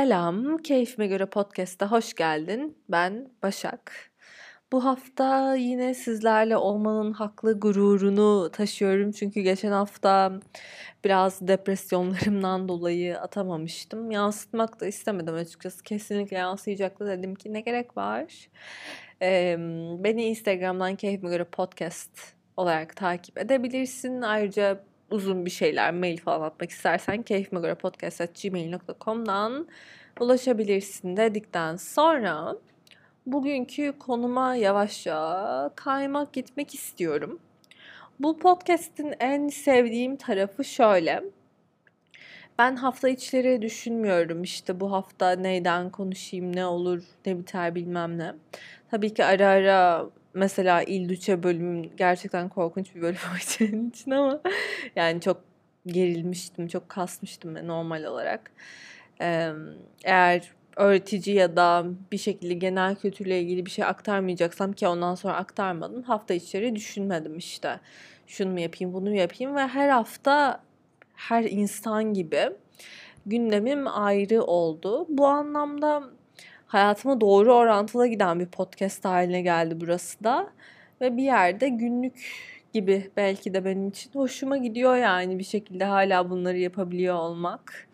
Selam, Keyfime Göre Podcast'a hoş geldin. Ben Başak. Bu hafta yine sizlerle olmanın haklı gururunu taşıyorum. Çünkü geçen hafta biraz depresyonlarımdan dolayı atamamıştım. Yansıtmak da istemedim açıkçası. Kesinlikle yansıyacaktı, dedim ki ne gerek var. Beni Instagram'dan Keyfime Göre Podcast olarak takip edebilirsin. Ayrıca uzun bir şeyler, mail falan atmak istersen keyfime göre podcast@gmail.com'dan ulaşabilirsin dedikten sonra bugünkü konuma yavaşça kaymak gitmek istiyorum. Bu podcast'in en sevdiğim tarafı şöyle. Ben hafta içleri düşünmüyorum, işte bu hafta neyden konuşayım, ne olur, ne biter bilmem ne. Tabii ki ara ara mesela İldüçe bölümüm gerçekten korkunç bir bölüm senin için ama yani çok gerilmiştim, çok kasmıştım ben normal olarak. Ee, Eğer öğretici ya da bir şekilde genel kültürle ilgili bir şey aktarmayacaksam, ki ondan sonra aktarmadım, hafta içleri düşünmedim işte. Şunu mu yapayım, bunu mu yapayım, ve her hafta her insan gibi gündemim ayrı oldu. Bu anlamda hayatıma doğru orantılı giden bir podcast haline geldi burası da. Ve bir yerde günlük gibi belki de benim için hoşuma gidiyor, yani bir şekilde hala bunları yapabiliyor olmak.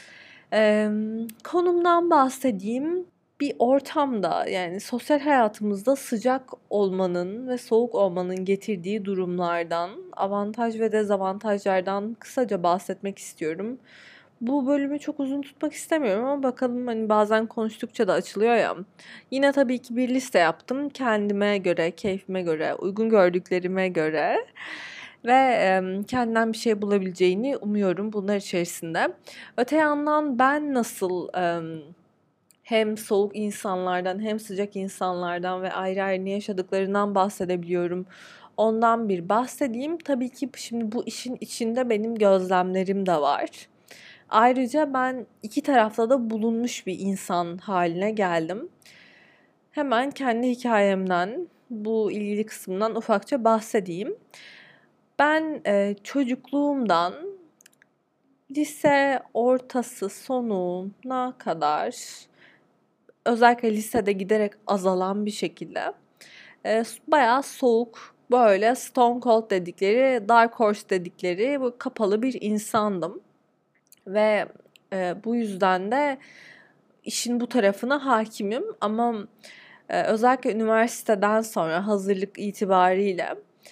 Konumdan bahsedeyim. Bir ortamda, yani sosyal hayatımızda sıcak olmanın ve soğuk olmanın getirdiği durumlardan, avantaj ve dezavantajlardan kısaca bahsetmek istiyorum. Bu bölümü çok uzun tutmak istemiyorum ama bakalım, hani bazen konuştukça da açılıyor ya. Yine tabii ki bir liste yaptım kendime göre, keyfime göre, uygun gördüklerime göre ve kendinden bir şey bulabileceğini umuyorum bunlar içerisinde. Öte yandan ben nasıl hem soğuk insanlardan hem sıcak insanlardan ve ayrı ayrı ne yaşadıklarından bahsedebiliyorum. Ondan bir bahsedeyim. Tabii ki şimdi bu işin içinde benim gözlemlerim de var. Ayrıca ben iki tarafta da bulunmuş bir insan haline geldim. Hemen kendi hikayemden, bu ilgili kısımdan ufakça bahsedeyim. Ben çocukluğumdan lise ortası sonuna kadar, özellikle lisede giderek azalan bir şekilde bayağı soğuk, böyle stone cold dedikleri, dark horse dedikleri bu kapalı bir insandım. Ve bu yüzden de işin bu tarafına hakimim ama özellikle üniversiteden sonra hazırlık itibariyle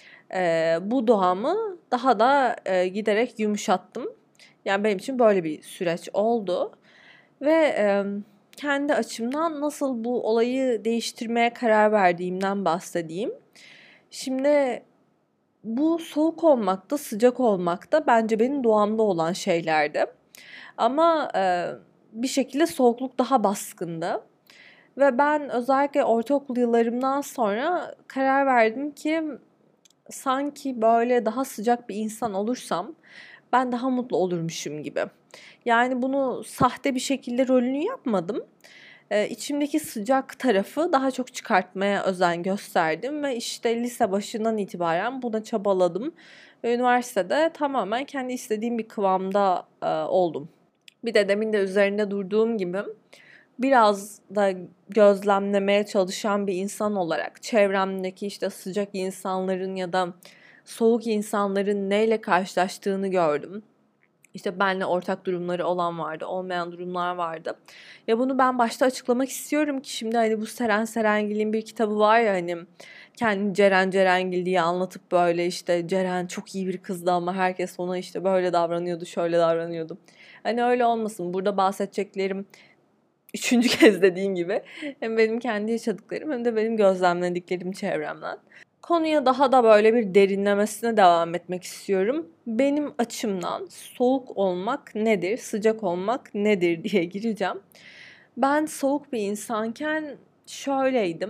bu doğamı daha da giderek yumuşattım. Yani benim için böyle bir süreç oldu ve kendi açımdan nasıl bu olayı değiştirmeye karar verdiğimden bahsedeyim. Şimdi bu soğuk olmakta, sıcak olmakta bence benim doğamda olan şeylerdi. Ama bir şekilde soğukluk daha baskındı. Ve ben özellikle ortaokul yıllarımdan sonra karar verdim ki sanki böyle daha sıcak bir insan olursam ben daha mutlu olurmuşum gibi. Yani bunu sahte bir şekilde rolünü yapmadım. İçimdeki sıcak tarafı daha çok çıkartmaya özen gösterdim ve işte lise başından itibaren buna çabaladım. Ve üniversitede tamamen kendi istediğim bir kıvamda oldum. Bir de demin de üzerinde durduğum gibi biraz da gözlemlemeye çalışan bir insan olarak çevremdeki işte sıcak insanların ya da soğuk insanların neyle karşılaştığını gördüm. İşte benle ortak durumları olan vardı, olmayan durumlar vardı. Ya bunu ben başta açıklamak istiyorum ki şimdi hani bu Seren Serengil'in bir kitabı var ya, hani kendini Ceren Cerengil diye anlatıp böyle işte Ceren çok iyi bir kızdı ama herkes ona işte böyle davranıyordu, şöyle davranıyordu. Hani öyle olmasın. Burada bahsedeceklerim, üçüncü kez dediğim gibi, hem benim kendi yaşadıklarım hem de benim gözlemlediklerim çevremden. Konuya daha da böyle bir derinlemesine devam etmek istiyorum. Benim açımdan soğuk olmak nedir, sıcak olmak nedir diye gireceğim. Ben soğuk bir insanken şöyleydim.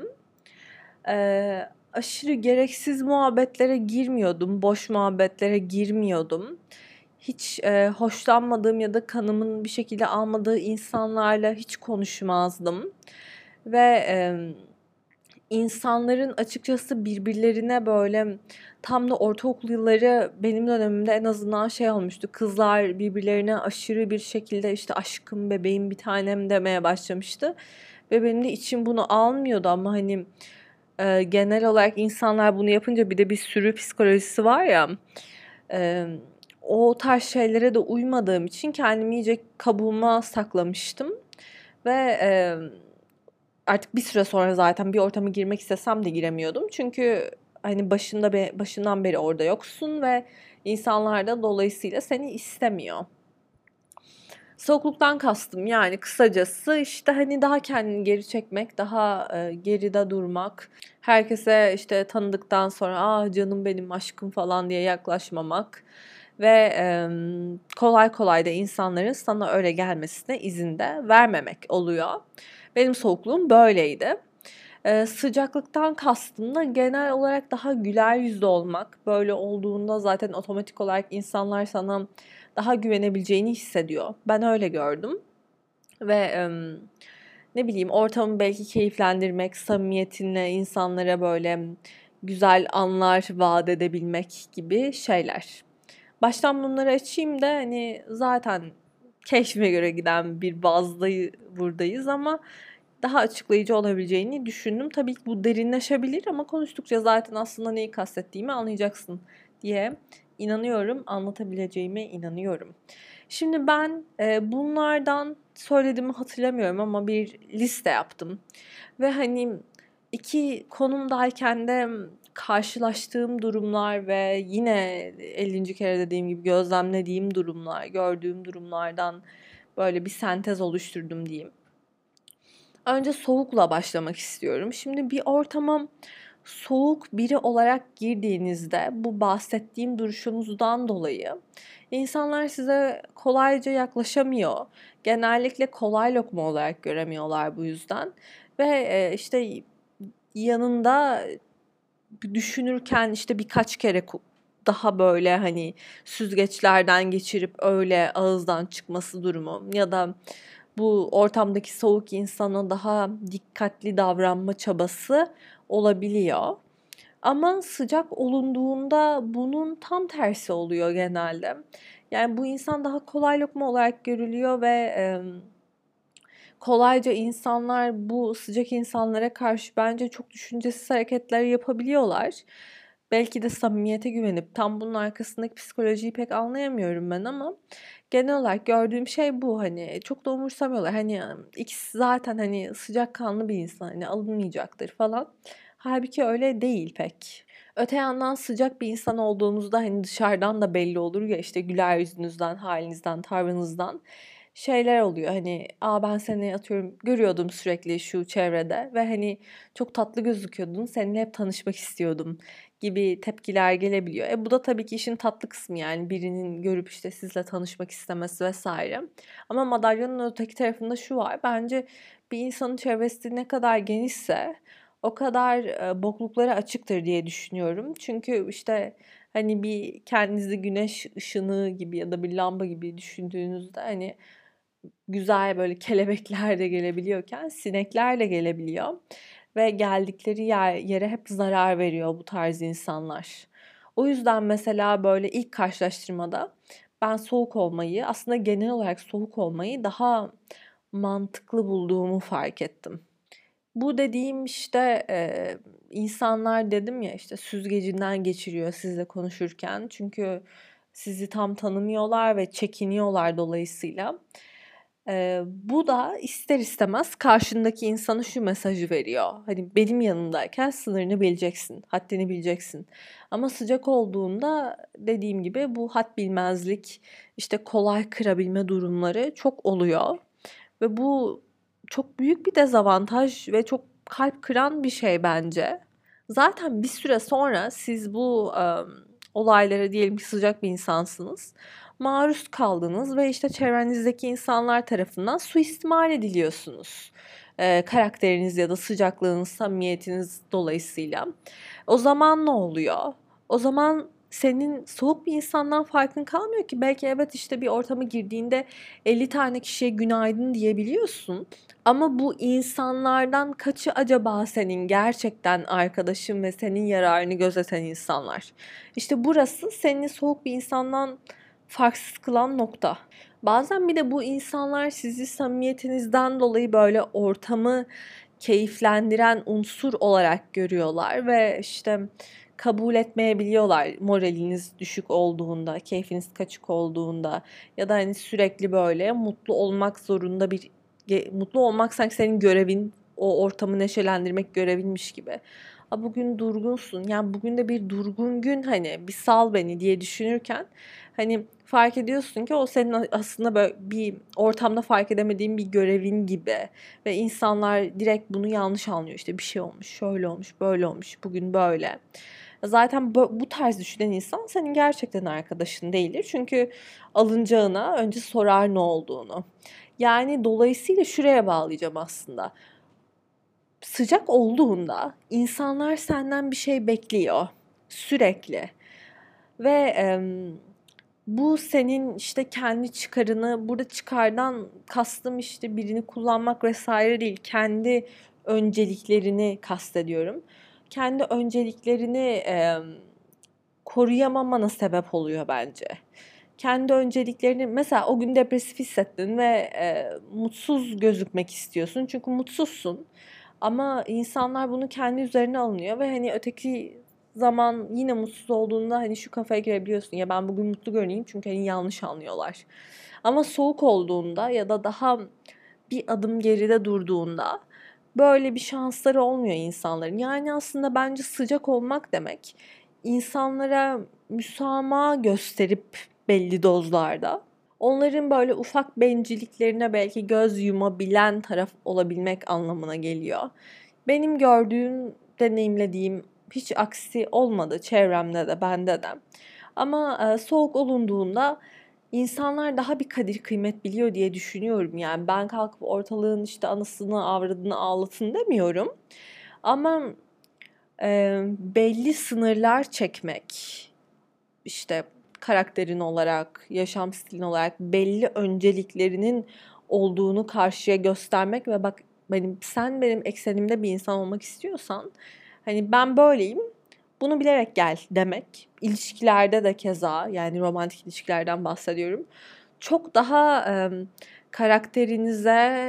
Aşırı gereksiz muhabbetlere girmiyordum, boş muhabbetlere girmiyordum. Hiç hoşlanmadığım ya da kanımın bir şekilde almadığı insanlarla hiç konuşmazdım. Ve insanların açıkçası birbirlerine böyle tam da ortaokul yılları benim dönemimde en azından şey olmuştu. Kızlar birbirlerine aşırı bir şekilde işte aşkım, bebeğim, bir tanem demeye başlamıştı. Ve benim de içim bunu almıyordu ama hani genel olarak insanlar bunu yapınca bir de bir sürü psikolojisi var ya. e, O tarz şeylere de uymadığım için kendimi iyice kabuğuma saklamıştım. Ve artık bir süre sonra zaten bir ortama girmek istesem de giremiyordum. Çünkü hani başından beri orada yoksun ve insanlar da dolayısıyla seni istemiyor. Soğukluktan kastım yani kısacası işte hani daha kendini geri çekmek, daha geride durmak. Herkese işte tanıdıktan sonra ah canım benim aşkım falan diye yaklaşmamak ve kolay kolay da insanların sana öyle gelmesine izin de vermemek oluyor. Benim soğukluğum böyleydi. Sıcaklıktan kastım da genel olarak daha güler yüzlü olmak. Böyle olduğunda zaten otomatik olarak insanlar sana daha güvenebileceğini hissediyor. Ben öyle gördüm. Ve ne bileyim ortamı belki keyiflendirmek, samimiyetinle insanlara böyle güzel anlar vaat edebilmek gibi şeyler. Baştan bunları açayım da hani zaten keşfime göre giden bir buradayız ama daha açıklayıcı olabileceğini düşündüm. Tabii ki bu derinleşebilir ama konuştukça zaten aslında neyi kastettiğimi anlayacaksın diye inanıyorum, anlatabileceğime inanıyorum. Şimdi ben bunlardan söylediğimi hatırlamıyorum ama bir liste yaptım. Ve hani iki konumdayken de karşılaştığım durumlar ve yine 50. kere dediğim gibi gözlemlediğim durumlar, gördüğüm durumlardan böyle bir sentez oluşturdum diyeyim. Önce soğukla başlamak istiyorum. Şimdi bir ortama soğuk biri olarak girdiğinizde bu bahsettiğim duruşunuzdan dolayı insanlar size kolayca yaklaşamıyor. Genellikle kolay lokma olarak göremiyorlar bu yüzden. Ve işte yanında düşünürken işte birkaç kere daha böyle hani süzgeçlerden geçirip öyle ağızdan çıkması durumu ya da bu ortamdaki soğuk insana daha dikkatli davranma çabası olabiliyor. Ama sıcak olunduğunda bunun tam tersi oluyor genelde. Yani bu insan daha kolay lokma olarak görülüyor ve kolayca insanlar bu sıcak insanlara karşı bence çok düşüncesiz hareketler yapabiliyorlar. Belki de samimiyete güvenip tam bunun arkasındaki psikolojiyi pek anlayamıyorum ben ama genel olarak gördüğüm şey bu hani çok da umursamıyorlar. Hani X zaten hani sıcakkanlı bir insan hani alınmayacaktır falan. Halbuki öyle değil pek. Öte yandan sıcak bir insan olduğunuzda hani dışarıdan da belli olur ya işte güler yüzünüzden, halinizden, tavrınızdan şeyler oluyor. Hani ben seni atıyorum görüyordum sürekli şu çevrede ve hani çok tatlı gözüküyordun. Seninle hep tanışmak istiyordum gibi tepkiler gelebiliyor. Bu da tabii ki işin tatlı kısmı yani birinin görüp işte sizle tanışmak istemesi vesaire. Ama madalyonun öteki tarafında şu var. Bence bir insanın çevresi ne kadar genişse o kadar bokluklara açıktır diye düşünüyorum. Çünkü işte hani bir kendinizi güneş ışını gibi ya da bir lamba gibi düşündüğünüzde hani güzel böyle kelebekler de gelebiliyorken sinekler de gelebiliyor. Ve geldikleri yere hep zarar veriyor bu tarz insanlar. O yüzden mesela böyle ilk karşılaştırmada ben soğuk olmayı aslında genel olarak soğuk olmayı daha mantıklı bulduğumu fark ettim. Bu dediğim işte insanlar dedim ya işte süzgecinden geçiriyor sizle konuşurken. Çünkü sizi tam tanımıyorlar ve çekiniyorlar dolayısıyla. Bu da ister istemez karşındaki insana şu mesajı veriyor. Hani benim yanımdayken sınırını bileceksin, haddini bileceksin. Ama sıcak olduğunda dediğim gibi bu had bilmezlik, işte kolay kırabilme durumları çok oluyor. Ve bu çok büyük bir dezavantaj ve çok kalp kıran bir şey bence. Zaten bir süre sonra siz bu olaylara diyelim ki sıcak bir insansınız. Maruz kaldınız ve işte çevrenizdeki insanlar tarafından suistimal ediliyorsunuz. Karakteriniz ya da sıcaklığınız, samimiyetiniz dolayısıyla. O zaman ne oluyor? O zaman senin soğuk bir insandan farkın kalmıyor ki. Belki evet işte bir ortama girdiğinde 50 tane kişiye günaydın diyebiliyorsun. Ama bu insanlardan kaçı acaba senin gerçekten arkadaşın ve senin yararını gözeten insanlar? İşte burası seni soğuk bir insandan farksız kılan nokta. Bazen bir de bu insanlar sizi samimiyetinizden dolayı böyle ortamı keyiflendiren unsur olarak görüyorlar ve işte kabul etmeyebiliyorlar moraliniz düşük olduğunda, keyfiniz kaçık olduğunda ya da hani sürekli böyle mutlu olmak zorunda mutlu olmak sanki senin görevin, o ortamı neşelendirmek görevinmiş gibi. A bugün durgunsun. Yani bugün de bir durgun gün hani bir sal beni diye düşünürken hani fark ediyorsun ki o senin aslında böyle bir ortamda fark edemediğin bir görevin gibi ve insanlar direkt bunu yanlış anlıyor. İşte bir şey olmuş, şöyle olmuş, böyle olmuş, bugün böyle. Zaten bu tarz düşünen insan senin gerçekten arkadaşın değildir. Çünkü alınacağına önce sorar ne olduğunu. Yani dolayısıyla şuraya bağlayacağım aslında. Sıcak olduğunda insanlar senden bir şey bekliyor sürekli ve bu senin işte kendi çıkarını, burada çıkardan kastım işte birini kullanmak vesaire değil, kendi önceliklerini kastediyorum. Kendi önceliklerini koruyamamana sebep oluyor bence. Kendi önceliklerini mesela o gün depresif hissettin ve mutsuz gözükmek istiyorsun çünkü mutsuzsun. Ama insanlar bunu kendi üzerine alınıyor ve hani öteki zaman yine mutsuz olduğunda hani şu kafaya girebiliyorsun ya ben bugün mutlu görüneyim çünkü hani yanlış anlıyorlar. Ama soğuk olduğunda ya da daha bir adım geride durduğunda böyle bir şansları olmuyor insanların. Yani aslında bence sıcak olmak demek insanlara müsamaha gösterip belli dozlarda onların böyle ufak bencilliklerine belki göz yumabilen taraf olabilmek anlamına geliyor. Benim gördüğüm, deneyimlediğim hiç aksi olmadı çevremde de bende de. Ama soğuk olunduğunda insanlar daha bir kadir kıymet biliyor diye düşünüyorum. Yani ben kalkıp ortalığın işte anasını avradını ağlatın demiyorum. Ama belli sınırlar çekmek, işte karakterin olarak, yaşam stilin olarak belli önceliklerinin olduğunu karşıya göstermek ve bak sen benim eksenimde bir insan olmak istiyorsan hani ben böyleyim bunu bilerek gel demek. İlişkilerde de keza yani romantik ilişkilerden bahsediyorum. Çok daha karakterinize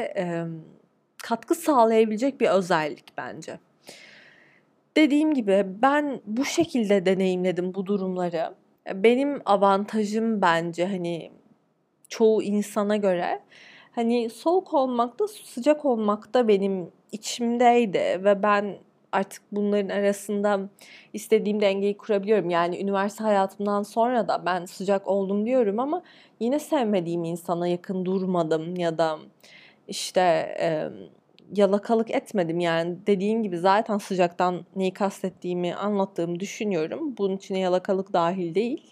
katkı sağlayabilecek bir özellik bence. Dediğim gibi ben bu şekilde deneyimledim bu durumları. Benim avantajım bence hani çoğu insana göre hani soğuk olmakta, sıcak olmakta benim içimdeydi ve ben artık bunların arasında istediğim dengeyi kurabiliyorum. Yani üniversite hayatımdan sonra da ben sıcak oldum diyorum ama yine sevmediğim insana yakın durmadım ya da işte yalakalık etmedim. Yani dediğim gibi zaten sıcaktan neyi kastettiğimi anlattığımı düşünüyorum. Bunun içine yalakalık dahil değil.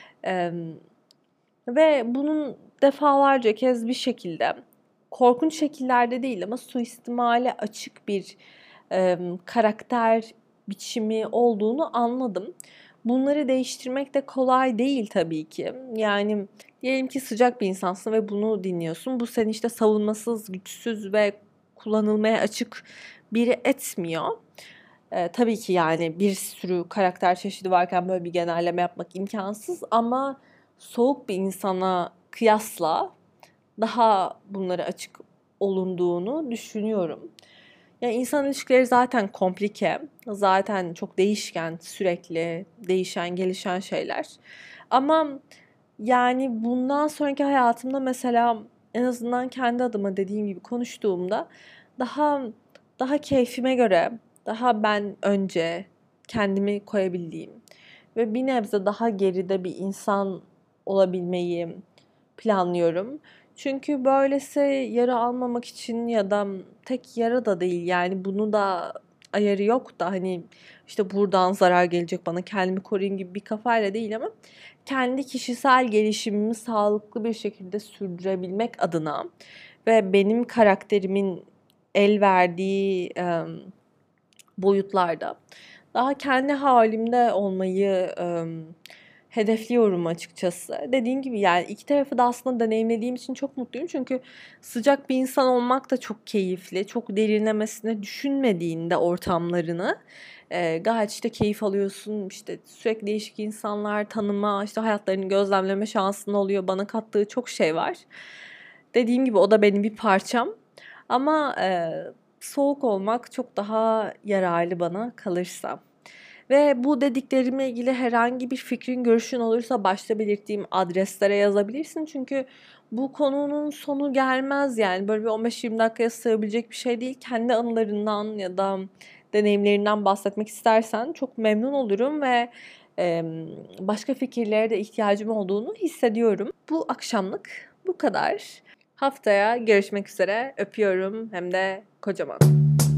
Ve bunun defalarca kez bir şekilde korkunç şekillerde değil ama suistimale açık bir karakter biçimi olduğunu anladım. Bunları değiştirmek de kolay değil tabii ki. Yani diyelim ki sıcak bir insansın ve bunu dinliyorsun. Bu seni işte savunmasız, güçsüz ve kullanılmaya açık biri etmiyor. Tabii ki yani bir sürü karakter çeşidi varken böyle bir genelleme yapmak imkansız ama soğuk bir insana kıyasla daha bunlara açık olunduğunu düşünüyorum. Yani insan ilişkileri zaten komplike, zaten çok değişken, sürekli değişen, gelişen şeyler. Ama yani bundan sonraki hayatımda mesela en azından kendi adıma dediğim gibi konuştuğumda daha daha keyfime göre, daha ben önce kendimi koyabildiğim ve bir nebze daha geride bir insan olabilmeyi planlıyorum. Çünkü böylesi yara almamak için ya da tek yara da değil yani bunu da ayarı yok da hani işte buradan zarar gelecek bana kendimi koruyayım gibi bir kafayla değil ama kendi kişisel gelişimimi sağlıklı bir şekilde sürdürebilmek adına ve benim karakterimin el verdiği boyutlarda daha kendi halimde olmayı hedefliyorum açıkçası. Dediğim gibi yani iki tarafı da aslında deneyimlediğim için çok mutluyum. Çünkü sıcak bir insan olmak da çok keyifli. Çok derinlemesine düşünmediğinde ortamlarını gayet işte keyif alıyorsun. İşte sürekli değişik insanlar tanıma, işte hayatlarını gözlemleme şansın oluyor. Bana kattığı çok şey var. Dediğim gibi o da benim bir parçam. Ama soğuk olmak çok daha yararlı bana kalırsa. Ve bu dediklerimle ilgili herhangi bir fikrin, görüşün olursa başta belirttiğim adreslere yazabilirsin. Çünkü bu konunun sonu gelmez yani. Böyle bir 15-20 dakikaya sığabilecek bir şey değil. Kendi anılarından ya da deneyimlerinden bahsetmek istersen çok memnun olurum ve başka fikirlere de ihtiyacım olduğunu hissediyorum. Bu akşamlık bu kadar. Haftaya görüşmek üzere. Öpüyorum hem de kocaman.